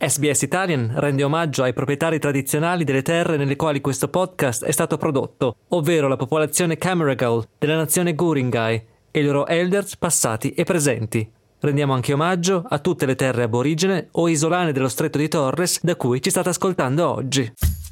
SBS Italian rende omaggio ai proprietari tradizionali delle terre nelle quali questo podcast è stato prodotto, ovvero la popolazione Camaragal della nazione Guringai e i loro elders passati e presenti. Rendiamo anche omaggio a tutte le terre aborigene o isolane dello Stretto di Torres da cui ci state ascoltando oggi.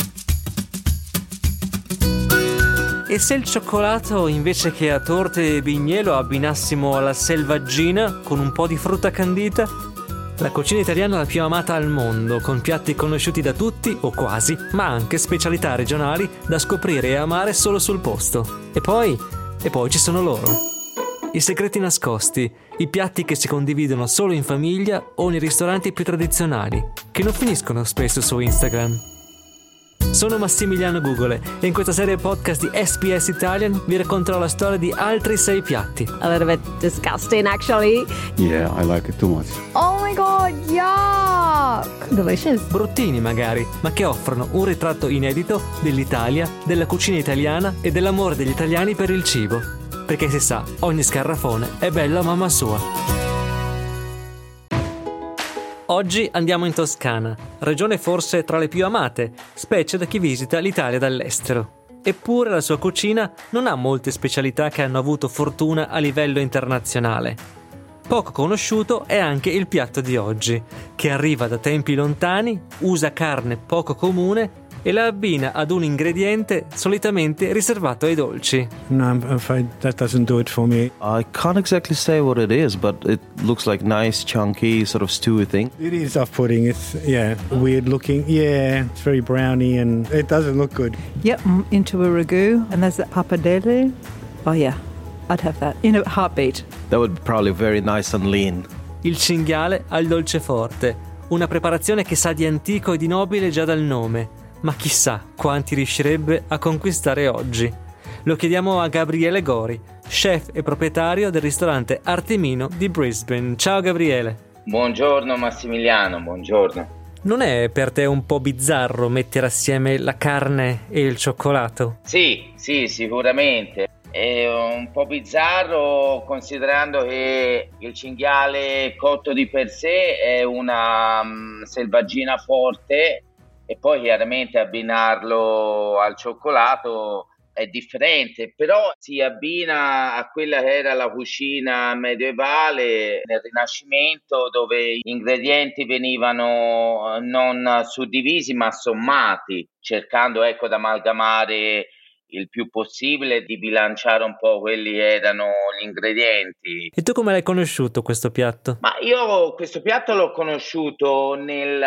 E se il cioccolato invece che a torte e bignè lo abbinassimo alla selvaggina con un po' di frutta candita? La cucina italiana è la più amata al mondo, con piatti conosciuti da tutti, o quasi, ma anche specialità regionali da scoprire e amare solo sul posto. E poi ci sono loro. I segreti nascosti, i piatti che si condividono solo in famiglia o nei ristoranti più tradizionali, che non finiscono spesso su Instagram. Sono Massimiliano Gugole e in questa serie podcast di SBS Italian vi racconterò la storia di altri 6 piatti. A little bit disgusting, actually. Yeah, I like it too much. Oh my god, yuck! Delicious. Bruttini magari, ma che offrono un ritratto inedito dell'Italia, della cucina italiana e dell'amore degli italiani per il cibo. Perché si sa, ogni scarrafone è bello a mamma sua. Oggi andiamo in Toscana, regione forse tra le più amate, specie da chi visita l'Italia dall'estero. Eppure la sua cucina non ha molte specialità che hanno avuto fortuna a livello internazionale. Poco conosciuto è anche il piatto di oggi, che arriva da tempi lontani, usa carne poco comune e la abbina ad un ingrediente solitamente riservato ai dolci. No, I'm afraid that doesn't do it for me. I can't exactly say what it is, but it looks like nice, chunky, sort of stewy thing. It is off-putting. It's, weird looking. Yeah, it's very browny and it doesn't look good. Yep, I'm into a ragu, and there's that pappardelle. Oh yeah, I'd have that in a heartbeat. That would be probably very nice and lean. Il cinghiale al dolce forte, una preparazione che sa di antico e di nobile già dal nome. Ma chissà quanti riuscirebbe a conquistare oggi. Lo chiediamo a Gabriele Gori, chef e proprietario del ristorante Artemino di Brisbane. Ciao Gabriele. Buongiorno Massimiliano, buongiorno. Non è per te un po' bizzarro mettere assieme la carne e il cioccolato? Sì, sicuramente. È un po' bizzarro considerando che il cinghiale cotto di per sé è una selvaggina forte. E poi chiaramente abbinarlo al cioccolato è differente, però si abbina a quella che era la cucina medievale nel Rinascimento, dove gli ingredienti venivano non suddivisi ma sommati, cercando di amalgamare il più possibile, di bilanciare un po' quelli che erano gli ingredienti. E tu come l'hai conosciuto questo piatto? Ma io questo piatto l'ho conosciuto nel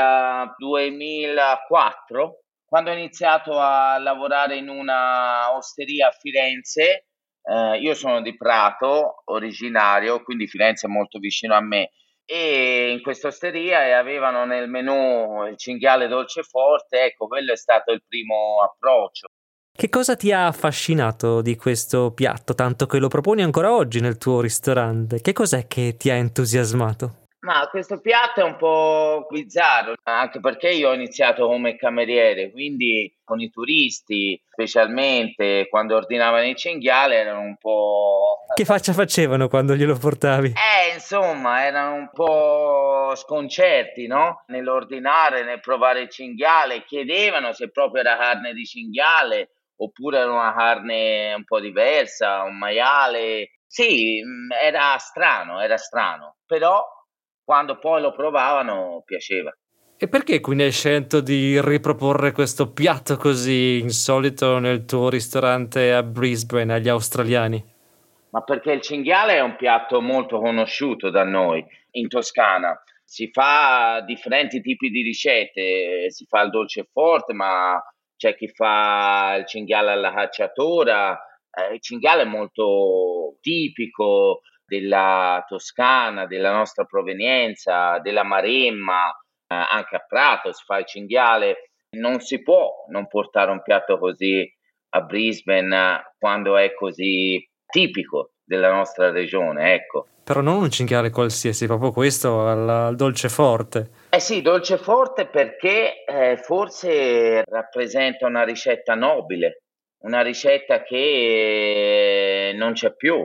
2004, quando ho iniziato a lavorare in una osteria a Firenze. Io sono di Prato, originario, quindi Firenze è molto vicino a me. E in questa osteria avevano nel menù il cinghiale dolce forte, ecco, quello è stato il primo approccio. Che cosa ti ha affascinato di questo piatto, tanto che lo proponi ancora oggi nel tuo ristorante? Che cos'è che ti ha entusiasmato? Ma questo piatto è un po' bizzarro, anche perché io ho iniziato come cameriere, quindi con i turisti, specialmente quando ordinavano il cinghiale, erano un po'... Che faccia facevano quando glielo portavi? Insomma, erano un po' sconcerti, no? Nell'ordinare, nel provare il cinghiale, chiedevano se proprio era carne di cinghiale oppure era una carne un po' diversa, un maiale. Sì, era strano, però quando poi lo provavano piaceva. E perché quindi hai scelto di riproporre questo piatto così insolito nel tuo ristorante a Brisbane agli australiani? Ma perché il cinghiale è un piatto molto conosciuto da noi in Toscana. Si fa differenti tipi di ricette, si fa il dolce forte, ma c'è chi fa il cinghiale alla cacciatora. Il cinghiale è molto tipico della Toscana, della nostra provenienza, della Maremma, anche a Prato si fa il cinghiale. Non si può non portare un piatto così a Brisbane quando è così tipico della nostra regione, ecco. Però non un cinghiale qualsiasi, proprio questo al dolce forte. Sì, dolce forte perché forse rappresenta una ricetta nobile, una ricetta che non c'è più.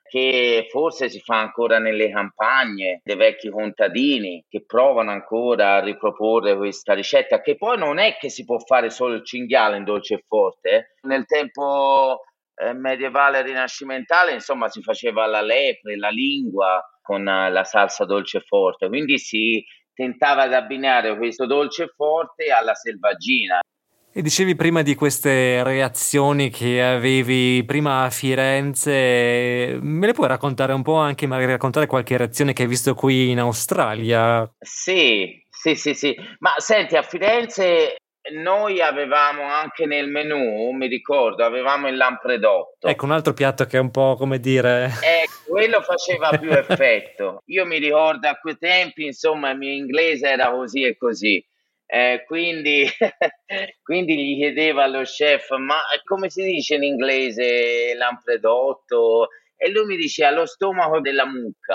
che forse si fa ancora nelle campagne dei vecchi contadini che provano ancora a riproporre questa ricetta, che poi non è che si può fare solo il cinghiale in dolce e forte. Nel tempo medievale e rinascimentale, insomma, si faceva la lepre, la lingua con la salsa dolce e forte, quindi si tentava di abbinare questo dolce e forte alla selvaggina. E dicevi prima di queste reazioni che avevi prima a Firenze, me le puoi raccontare un po', anche magari raccontare qualche reazione che hai visto qui in Australia? Sì, ma senti, a Firenze noi avevamo anche nel menù, mi ricordo, avevamo il lampredotto. Ecco, un altro piatto che è un po', come dire... Quello faceva più effetto. Io mi ricordo a quei tempi, insomma, il mio inglese era così e così. Quindi gli chiedevo allo chef, ma come si dice in inglese lampredotto? E lui mi diceva lo stomaco della mucca.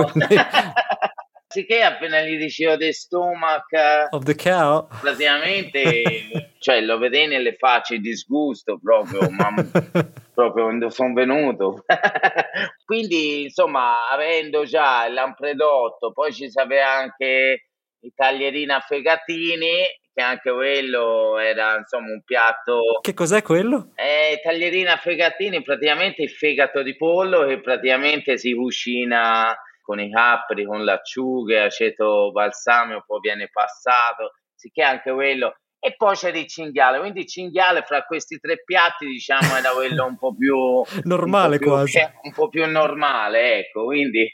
Anziché appena gli dicevo the stomach of the cow, praticamente, cioè lo vedevi nelle facce il disgusto proprio, ma proprio quando sono venuto. Quindi, insomma, avendo già il lampredotto, poi ci sapeva anche i taglierini a fegatini, che anche quello era, insomma, un piatto. Che cos'è quello? Taglierini a fegatini, praticamente il fegato di pollo che praticamente si cucina con i capperi, con l'acciughe, aceto balsamico, poi viene passato, sicché anche quello. E poi c'era il cinghiale, quindi il cinghiale fra questi tre piatti, diciamo, era quello un po' più normale, quasi un po' più normale, ecco, quindi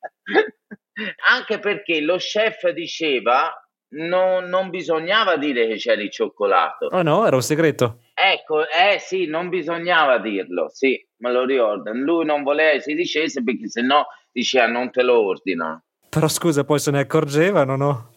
anche perché lo chef diceva non bisognava dire che c'era il cioccolato. Oh no, era un segreto. Ecco, sì, non bisognava dirlo, sì, me lo ricordo. Lui non voleva che si dicesse perché sennò diceva non te lo ordina. Però scusa, poi se ne accorgevano, no?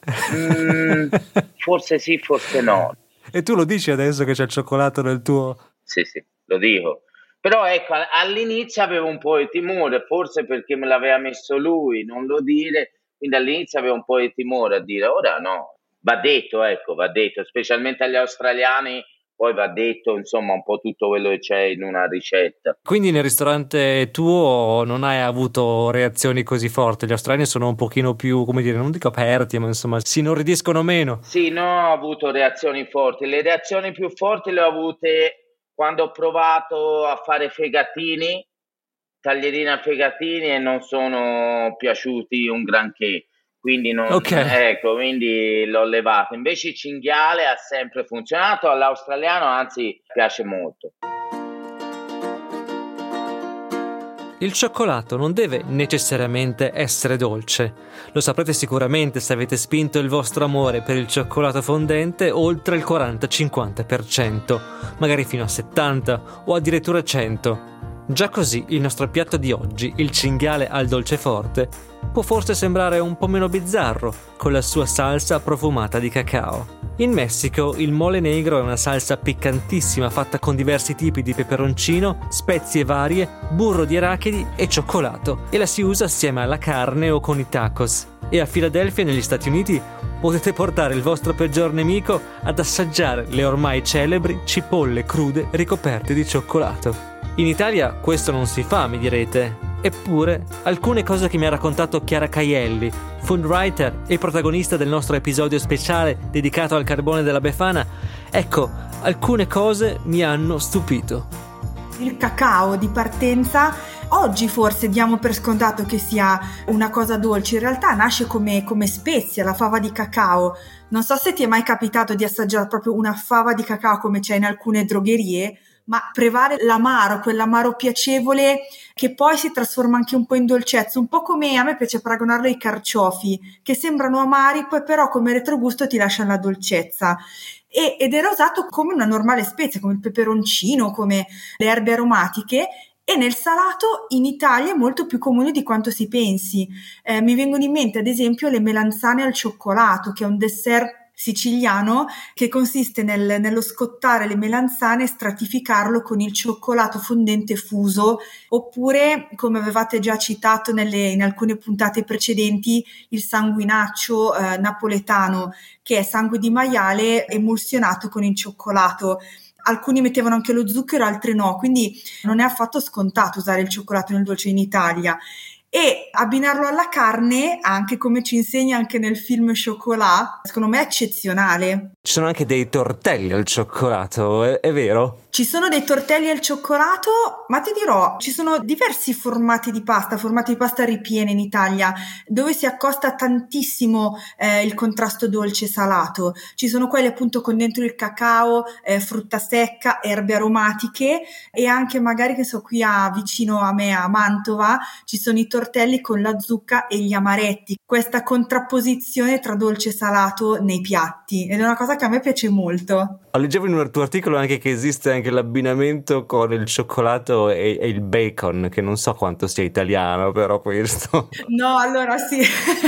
Forse sì, forse no. E tu lo dici adesso che c'è il cioccolato nel tuo... Sì, lo dico. Però ecco, all'inizio avevo un po' di timore, forse perché me l'aveva messo lui, non lo dire, quindi all'inizio avevo un po' di timore a dire, ora no. Va detto, specialmente agli australiani, poi va detto, insomma, un po' tutto quello che c'è in una ricetta. Quindi nel ristorante tuo non hai avuto reazioni così forti? Gli australiani sono un pochino più, come dire, non dico aperti, ma insomma si inorridiscono meno. Sì, non ho avuto reazioni forti. Le reazioni più forti le ho avute quando ho provato a fare fegatini, taglierini a fegatini, e non sono piaciuti un granché. Quindi quindi l'ho levato. Invece il cinghiale ha sempre funzionato, all'australiano anzi piace molto. Il cioccolato non deve necessariamente essere dolce. Lo saprete sicuramente se avete spinto il vostro amore per il cioccolato fondente oltre il 40-50%, magari fino a 70 o addirittura 100. Già così il nostro piatto di oggi, il cinghiale al dolce forte, può forse sembrare un po' meno bizzarro con la sua salsa profumata di cacao. In Messico il mole negro è una salsa piccantissima fatta con diversi tipi di peperoncino, spezie varie, burro di arachidi e cioccolato, e la si usa assieme alla carne o con i tacos. E a Filadelfia, negli Stati Uniti, potete portare il vostro peggior nemico ad assaggiare le ormai celebri cipolle crude ricoperte di cioccolato. In Italia questo non si fa, mi direte. Eppure, alcune cose che mi ha raccontato Chiara Caielli, food writer e protagonista del nostro episodio speciale dedicato al carbone della Befana, ecco, alcune cose mi hanno stupito. Il cacao di partenza, oggi forse diamo per scontato che sia una cosa dolce, in realtà nasce come spezia, la fava di cacao. Non so se ti è mai capitato di assaggiare proprio una fava di cacao come c'è in alcune drogherie, ma prevale l'amaro, quell'amaro piacevole che poi si trasforma anche un po' in dolcezza, un po' come a me piace paragonarlo ai carciofi, che sembrano amari, poi però come retrogusto ti lasciano la dolcezza. Ed era usato come una normale spezia, come il peperoncino, come le erbe aromatiche, e nel salato in Italia è molto più comune di quanto si pensi. Mi vengono in mente ad esempio le melanzane al cioccolato, che è un dessert siciliano che consiste nello scottare le melanzane e stratificarlo con il cioccolato fondente fuso, oppure, come avevate già citato in alcune puntate precedenti, il sanguinaccio napoletano, che è sangue di maiale emulsionato con il cioccolato. Alcuni mettevano anche lo zucchero, altri no, quindi non è affatto scontato usare il cioccolato nel dolce in Italia. E abbinarlo alla carne, anche come ci insegna anche nel film Chocolat, secondo me è eccezionale. Ci sono anche dei tortelli al cioccolato, è vero? Ci sono dei tortelli al cioccolato, ma ti dirò, ci sono diversi formati di pasta ripiene in Italia, dove si accosta tantissimo il contrasto dolce-salato. Ci sono quelli appunto con dentro il cacao, frutta secca, erbe aromatiche, e anche magari, che so, qui vicino a me a Mantova, ci sono i tortelli con la zucca e gli amaretti. Questa contrapposizione tra dolce e salato nei piatti, ed è una cosa che a me piace molto. Leggevo in un tuo articolo anche che esiste anche l'abbinamento con il cioccolato e il bacon, che non so quanto sia italiano, però questo. No, allora sì,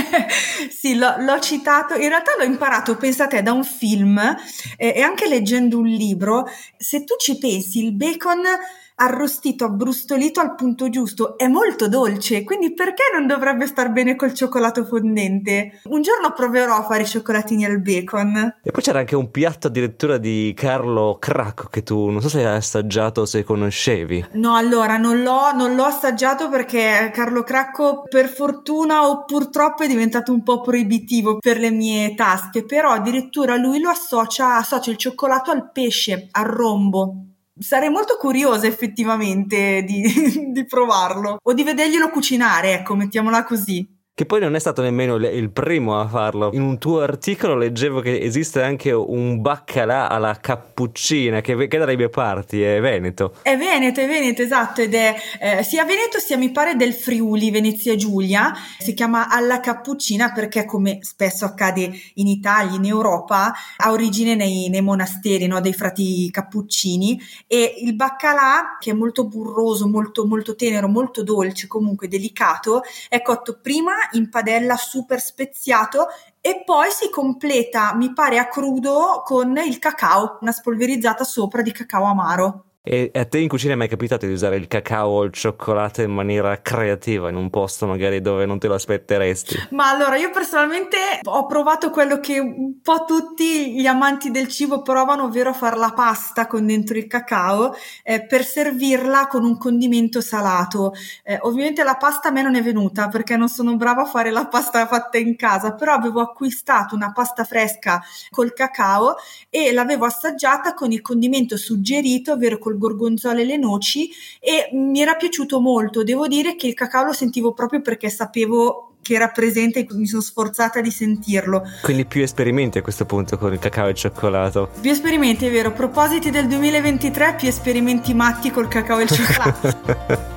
sì, l'ho citato, in realtà l'ho imparato, pensate, da un film e anche leggendo un libro. Se tu ci pensi, il bacon arrostito, abbrustolito al punto giusto è molto dolce, quindi perché non dovrebbe star bene col cioccolato fondente? Un giorno proverò a fare i cioccolatini al bacon. E poi c'era anche un piatto addirittura di Carlo Cracco che tu non so se hai assaggiato o se conoscevi. No, allora non l'ho assaggiato perché Carlo Cracco, per fortuna o purtroppo, è diventato un po' proibitivo per le mie tasche, però addirittura lui lo associa il cioccolato al pesce, al rombo. Sarei molto curiosa effettivamente di provarlo o di vederglielo cucinare, ecco, mettiamola così. Che poi non è stato nemmeno il primo a farlo. In un tuo articolo leggevo che esiste anche un baccalà alla cappuccina che è dalle mie parti, è veneto. È veneto, esatto, ed è sia veneto sia mi pare del Friuli, Venezia Giulia. Si chiama alla cappuccina perché, come spesso accade in Italia, in Europa, ha origine nei monasteri, no, dei frati cappuccini, e il baccalà, che è molto burroso, molto, molto tenero, molto dolce, comunque delicato, è cotto prima in padella super speziato e poi si completa, mi pare, a crudo con il cacao, una spolverizzata sopra di cacao amaro. E a te in cucina è mai capitato di usare il cacao o il cioccolato in maniera creativa, in un posto magari dove non te lo aspetteresti? Ma allora, io personalmente ho provato quello che un po' tutti gli amanti del cibo provano, ovvero fare la pasta con dentro il cacao per servirla con un condimento salato. Ovviamente la pasta a me non è venuta perché non sono brava a fare la pasta fatta in casa, però avevo acquistato una pasta fresca col cacao e l'avevo assaggiata con il condimento suggerito, ovvero col gorgonzola e le noci, e mi era piaciuto molto. Devo dire che il cacao lo sentivo proprio perché sapevo che era presente e mi sono sforzata di sentirlo. Quindi più esperimenti a questo punto con il cacao e il cioccolato. Più esperimenti, è vero. Propositi del 2023, più esperimenti matti col cacao e il cioccolato.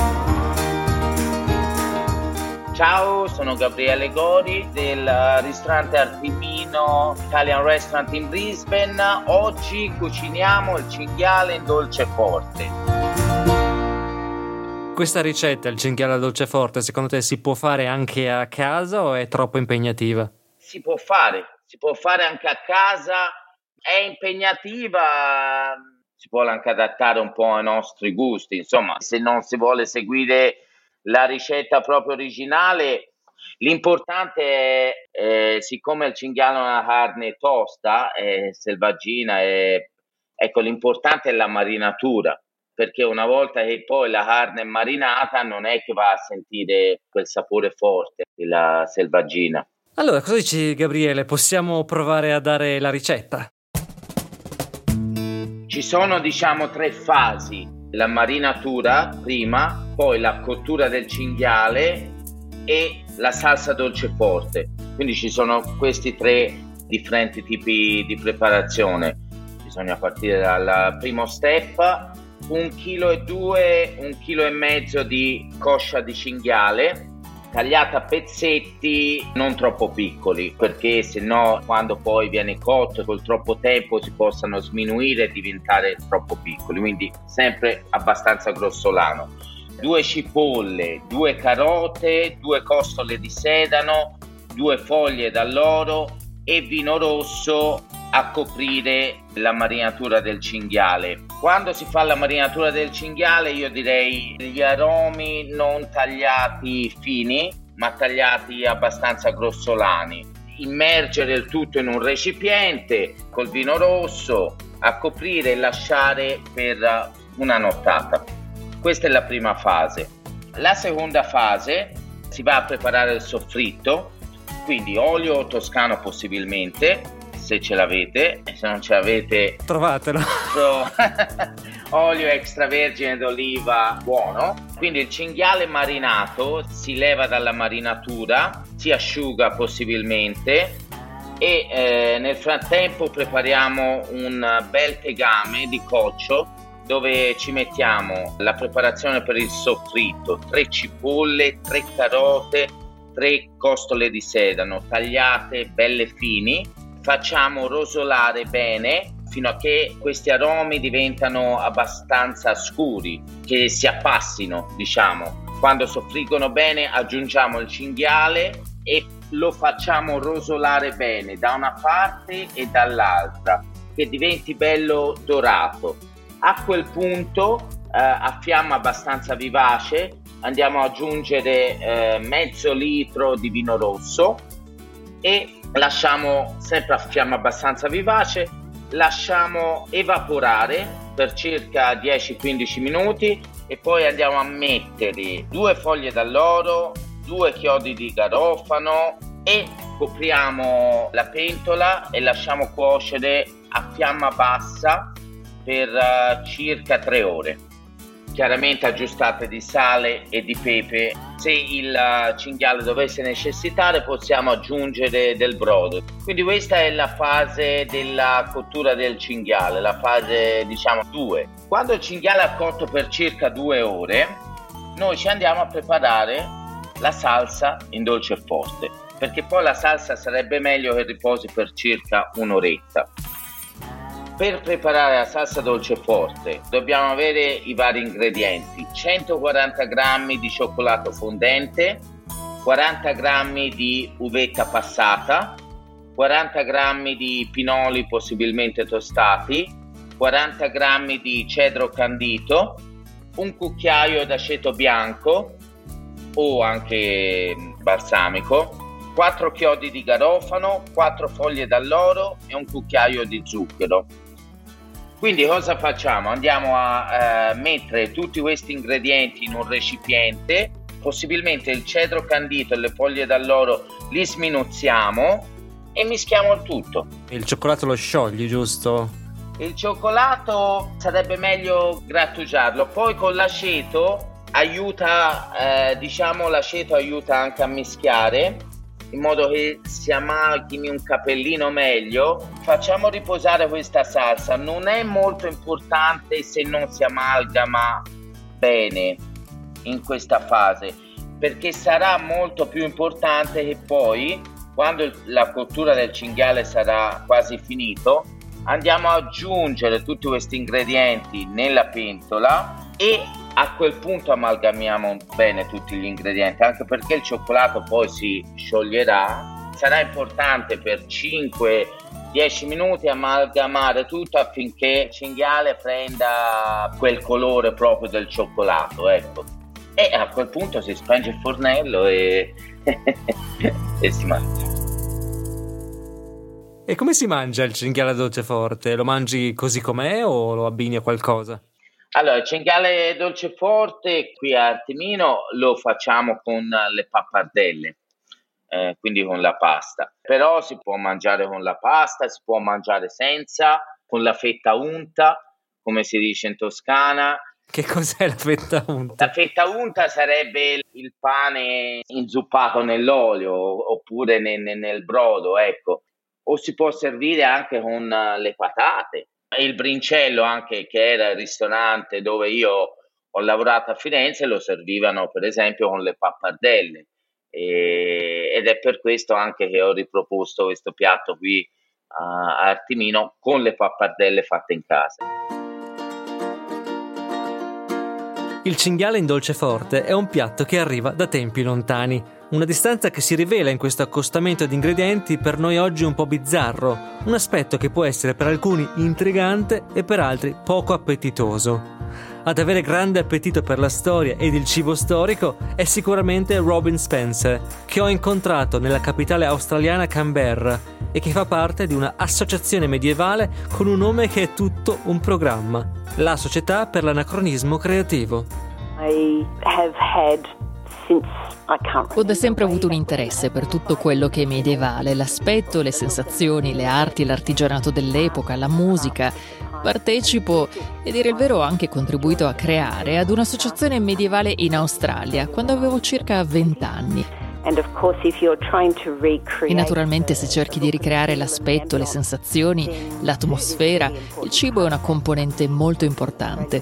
Ciao, sono Gabriele Gori del ristorante Artimino Italian Restaurant in Brisbane. Oggi cuciniamo il cinghiale in dolce forte. Questa ricetta, il cinghiale al dolce forte, secondo te si può fare anche a casa o è troppo impegnativa? Si può fare anche a casa, è impegnativa, si può anche adattare un po' ai nostri gusti, insomma, se non si vuole seguire la ricetta proprio originale, l'importante è, siccome il cinghiale è una carne tosta, è selvaggina, ecco, l'importante è la marinatura, perché una volta che poi la carne è marinata non è che va a sentire quel sapore forte della selvaggina. Allora, cosa dici, Gabriele? Possiamo provare a dare la ricetta? Ci sono, diciamo, 3 fasi: la marinatura prima, poi la cottura del cinghiale e la salsa dolce forte. Quindi ci sono questi 3 differenti tipi di preparazione. Bisogna partire dal primo step: 1,2 kg, 1,5 kg di coscia di cinghiale tagliata a pezzetti non troppo piccoli, perché sennò quando poi viene cotto col troppo tempo si possano sminuire e diventare troppo piccoli, quindi sempre abbastanza grossolano. 2 cipolle, 2 carote, 2 costole di sedano, 2 foglie d'alloro e vino rosso a coprire la marinatura del cinghiale. Quando si fa la marinatura del cinghiale, io direi gli aromi non tagliati fini, ma tagliati abbastanza grossolani. Immergere il tutto in un recipiente col vino rosso, a coprire e lasciare per una nottata. Questa è la prima fase. La seconda fase si va a preparare il soffritto, quindi olio toscano possibilmente, se ce l'avete, e se non ce l'avete trovatelo. Olio extravergine d'oliva buono. Quindi il cinghiale marinato si leva dalla marinatura, si asciuga possibilmente e nel frattempo prepariamo un bel tegame di coccio dove ci mettiamo la preparazione per il soffritto: 3 cipolle, 3 carote, 3 costole di sedano tagliate belle fini. Facciamo rosolare bene fino a che questi aromi diventano abbastanza scuri, che si appassino, diciamo. Quando soffriggono bene aggiungiamo il cinghiale e lo facciamo rosolare bene da una parte e dall'altra, che diventi bello dorato. A quel punto, a fiamma abbastanza vivace, andiamo ad aggiungere mezzo litro di vino rosso e lasciamo sempre a fiamma abbastanza vivace, lasciamo evaporare per circa 10-15 minuti e poi andiamo a mettere 2 foglie d'alloro, 2 chiodi di garofano e copriamo la pentola e lasciamo cuocere a fiamma bassa per circa 3 ore. Chiaramente aggiustate di sale e di pepe. Se il cinghiale dovesse necessitare possiamo aggiungere del brodo. Quindi questa è la fase della cottura del cinghiale, la fase 2. Quando il cinghiale è cotto per circa 2 ore, noi ci andiamo a preparare la salsa in dolce e forte, perché poi la salsa sarebbe meglio che riposi per circa un'oretta. Per preparare la salsa dolce forte dobbiamo avere i vari ingredienti: 140 g di cioccolato fondente, 40 g di uvetta passata, 40 g di pinoli possibilmente tostati, 40 g di cedro candito, un cucchiaio d'aceto bianco o anche balsamico, 4 chiodi di garofano, 4 foglie d'alloro e un cucchiaio di zucchero. Quindi cosa facciamo? Andiamo a mettere tutti questi ingredienti in un recipiente, possibilmente il cedro candito e le foglie d'alloro li sminuzziamo e mischiamo il tutto. Il cioccolato lo sciogli, giusto? Il cioccolato sarebbe meglio grattugiarlo, poi con l'aceto aiuta, l'aceto aiuta anche a mischiare in modo che si amalgami un capellino meglio. Facciamo riposare questa salsa, non è molto importante se non si amalgama bene in questa fase, perché sarà molto più importante che poi, quando la cottura del cinghiale sarà quasi finito, andiamo ad aggiungere tutti questi ingredienti nella pentola e a quel punto amalgamiamo bene tutti gli ingredienti, anche perché il cioccolato poi si scioglierà. Sarà importante per 5-10 minuti amalgamare tutto affinché il cinghiale prenda quel colore proprio del cioccolato, ecco. E a quel punto si spenge il fornello e si mangia. E come si mangia il cinghiale dolce forte? Lo mangi così com'è o lo abbini a qualcosa? Allora, il cinghiale dolce forte qui a Artimino lo facciamo con le pappardelle, quindi con la pasta. Però si può mangiare con la pasta, si può mangiare senza, con la fetta unta, come si dice in Toscana. Che cos'è la fetta unta? La fetta unta sarebbe il pane inzuppato nell'olio oppure nel brodo, ecco. O si può servire anche con le patate. Il Brincello, anche, che era il ristorante dove io ho lavorato a Firenze, lo servivano per esempio con le pappardelle ed è per questo anche che ho riproposto questo piatto qui a Artimino con le pappardelle fatte in casa. Il cinghiale in dolce forte è un piatto che arriva da tempi lontani, una distanza che si rivela in questo accostamento di ingredienti per noi oggi un po' bizzarro, un aspetto che può essere per alcuni intrigante e per altri poco appetitoso. ad avere grande appetito per la storia ed il cibo storico è sicuramente Robin Spencer, che ho incontrato nella capitale australiana Canberra e che fa parte di una associazione medievale con un nome che è tutto un programma: la Società per l'Anacronismo Creativo. Ho da sempre avuto un interesse per tutto quello che è medievale, l'aspetto, le sensazioni, le arti, l'artigianato dell'epoca, la musica. Partecipo e, dire il vero, ho anche contribuito a creare ad un'associazione medievale in Australia quando avevo circa 20 anni. E naturalmente se cerchi di ricreare l'aspetto, le sensazioni, l'atmosfera, il cibo è una componente molto importante.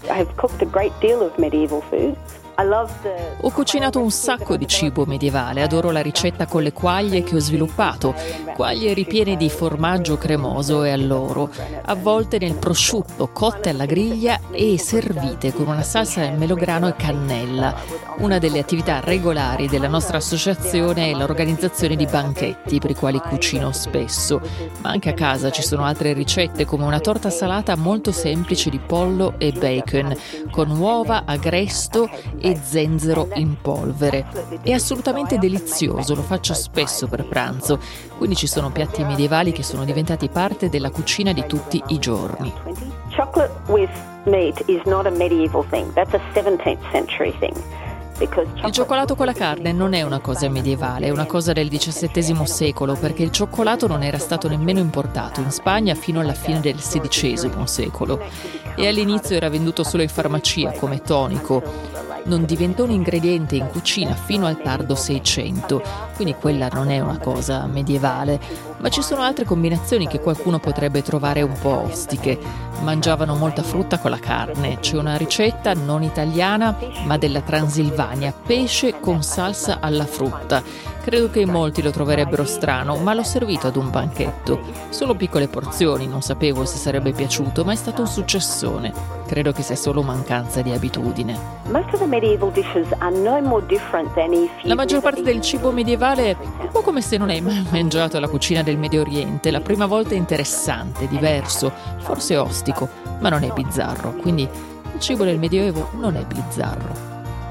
Ho cucinato un sacco di cibo medievale, adoro la ricetta con le quaglie che ho sviluppato, quaglie ripiene di formaggio cremoso e alloro, avvolte nel prosciutto, cotte alla griglia e servite con una salsa al melograno e cannella. Una delle attività regolari della nostra associazione è l'organizzazione di banchetti per i quali cucino spesso, ma anche a casa ci sono altre ricette come una torta salata molto semplice di pollo e bacon, con uova, agresto e zenzero in polvere. È assolutamente delizioso, lo faccio spesso per pranzo, quindi ci sono piatti medievali che sono diventati parte della cucina di tutti i giorni. Chocolate with meat is not a medieval thing, that's a 17th century thing. Il cioccolato con la carne non è una cosa medievale, è una cosa del XVII secolo, perché il cioccolato non era stato nemmeno importato in Spagna fino alla fine del XVI secolo e all'inizio era venduto solo in farmacia come tonico. Non diventò un ingrediente in cucina fino al tardo Seicento, quindi quella non è una cosa medievale, ma ci sono altre combinazioni che qualcuno potrebbe trovare un po' ostiche. Mangiavano molta frutta con la carne, c'è una ricetta non italiana ma della Transilvania, pesce con salsa alla frutta. Credo che molti lo troverebbero strano, ma l'ho servito ad un banchetto. Solo piccole porzioni, non sapevo se sarebbe piaciuto, ma è stato un successone. Credo che sia solo mancanza di abitudine. La maggior parte del cibo medievale è un po' come se non hai mai mangiato la cucina del Medio Oriente. La prima volta è interessante, diverso, forse ostico, ma non è bizzarro. Quindi il cibo del Medioevo non è bizzarro.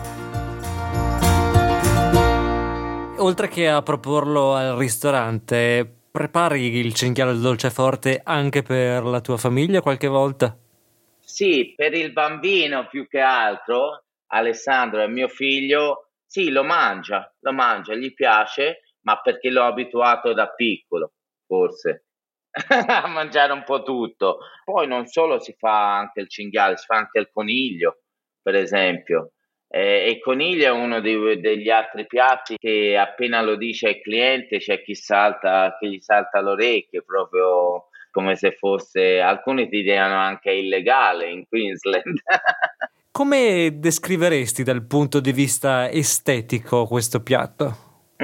Oltre che a proporlo al ristorante, prepari il cinghiale al dolceforte anche per la tua famiglia qualche volta? Sì, per il bambino più che altro, Alessandro è mio figlio, sì, lo mangia, gli piace, ma perché l'ho abituato da piccolo, forse, a mangiare un po' tutto. Poi non solo si fa anche il cinghiale, si fa anche il coniglio, per esempio. E il coniglio è uno degli altri piatti che appena lo dice al cliente c'è chi gli salta l'orecchio, proprio come se fosse, alcuni ti diranno anche illegale in Queensland. Come descriveresti dal punto di vista estetico questo piatto?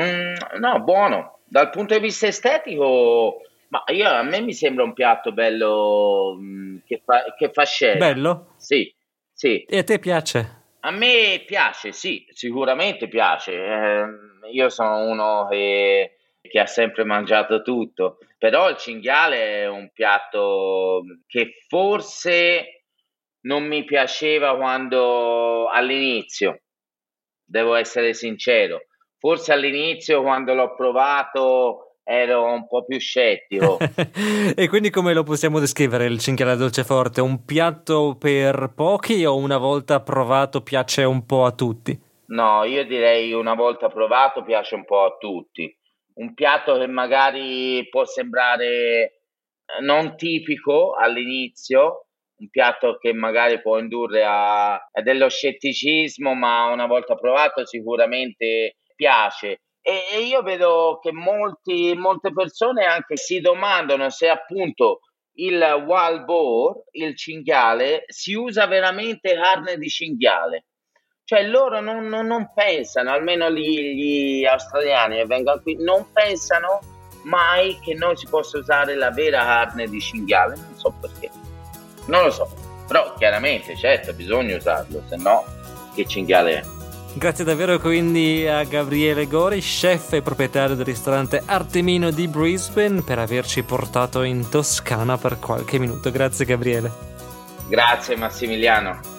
No, buono. Dal punto di vista estetico, ma a me mi sembra un piatto bello che fa scena. Bello? Sì. E a te piace? A me piace, sì, sicuramente piace. Io sono uno che ha sempre mangiato tutto, però il cinghiale è un piatto che forse non mi piaceva quando all'inizio, devo essere sincero. Forse all'inizio quando l'ho provato ero un po' più scettico. E quindi come lo possiamo descrivere il cinghiale al dolceforte? Un piatto per pochi o una volta provato piace un po' a tutti? No, io direi una volta provato piace un po' a tutti. Un piatto che magari può sembrare non tipico all'inizio, un piatto che magari può indurre a dello scetticismo, ma una volta provato sicuramente piace. E io vedo che molte persone anche si domandano se appunto il wild boar, il cinghiale, si usa veramente carne di cinghiale. Cioè loro non pensano, almeno gli australiani che vengono qui, non pensano mai che non si possa usare la vera carne di cinghiale. Non so perché, non lo so, però chiaramente certo bisogna usarlo, se no che cinghiale è. Grazie davvero quindi a Gabriele Gori, chef e proprietario del ristorante Artemino di Brisbane, per averci portato in Toscana per qualche minuto. Grazie Gabriele. Grazie Massimiliano.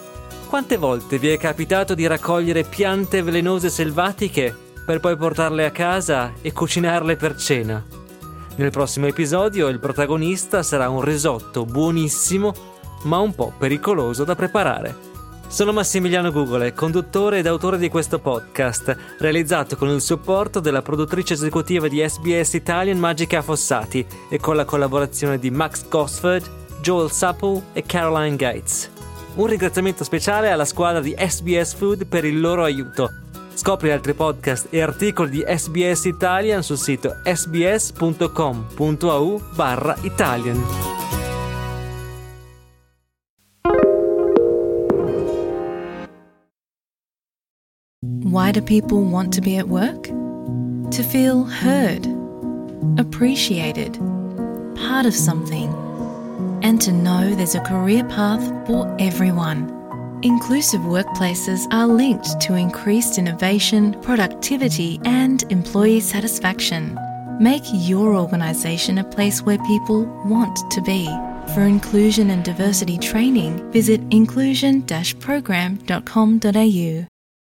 Quante volte vi è capitato di raccogliere piante velenose selvatiche per poi portarle a casa e cucinarle per cena? Nel prossimo episodio il protagonista sarà un risotto buonissimo, ma un po' pericoloso da preparare. Sono Massimiliano Gugole, conduttore ed autore di questo podcast, realizzato con il supporto della produttrice esecutiva di SBS Italian Magica Fossati e con la collaborazione di Max Gosford, Joel Supple e Caroline Gates. Un ringraziamento speciale alla squadra di SBS Food per il loro aiuto. Scopri altri podcast e articoli di SBS Italian sul sito sbs.com.au/Italian. Why do people want to be at work? To feel heard, appreciated, part of something, and to know there's a career path for everyone. Inclusive workplaces are linked to increased innovation, productivity, and employee satisfaction. Make your organisation a place where people want to be. For inclusion and diversity training, visit inclusion-program.com.au.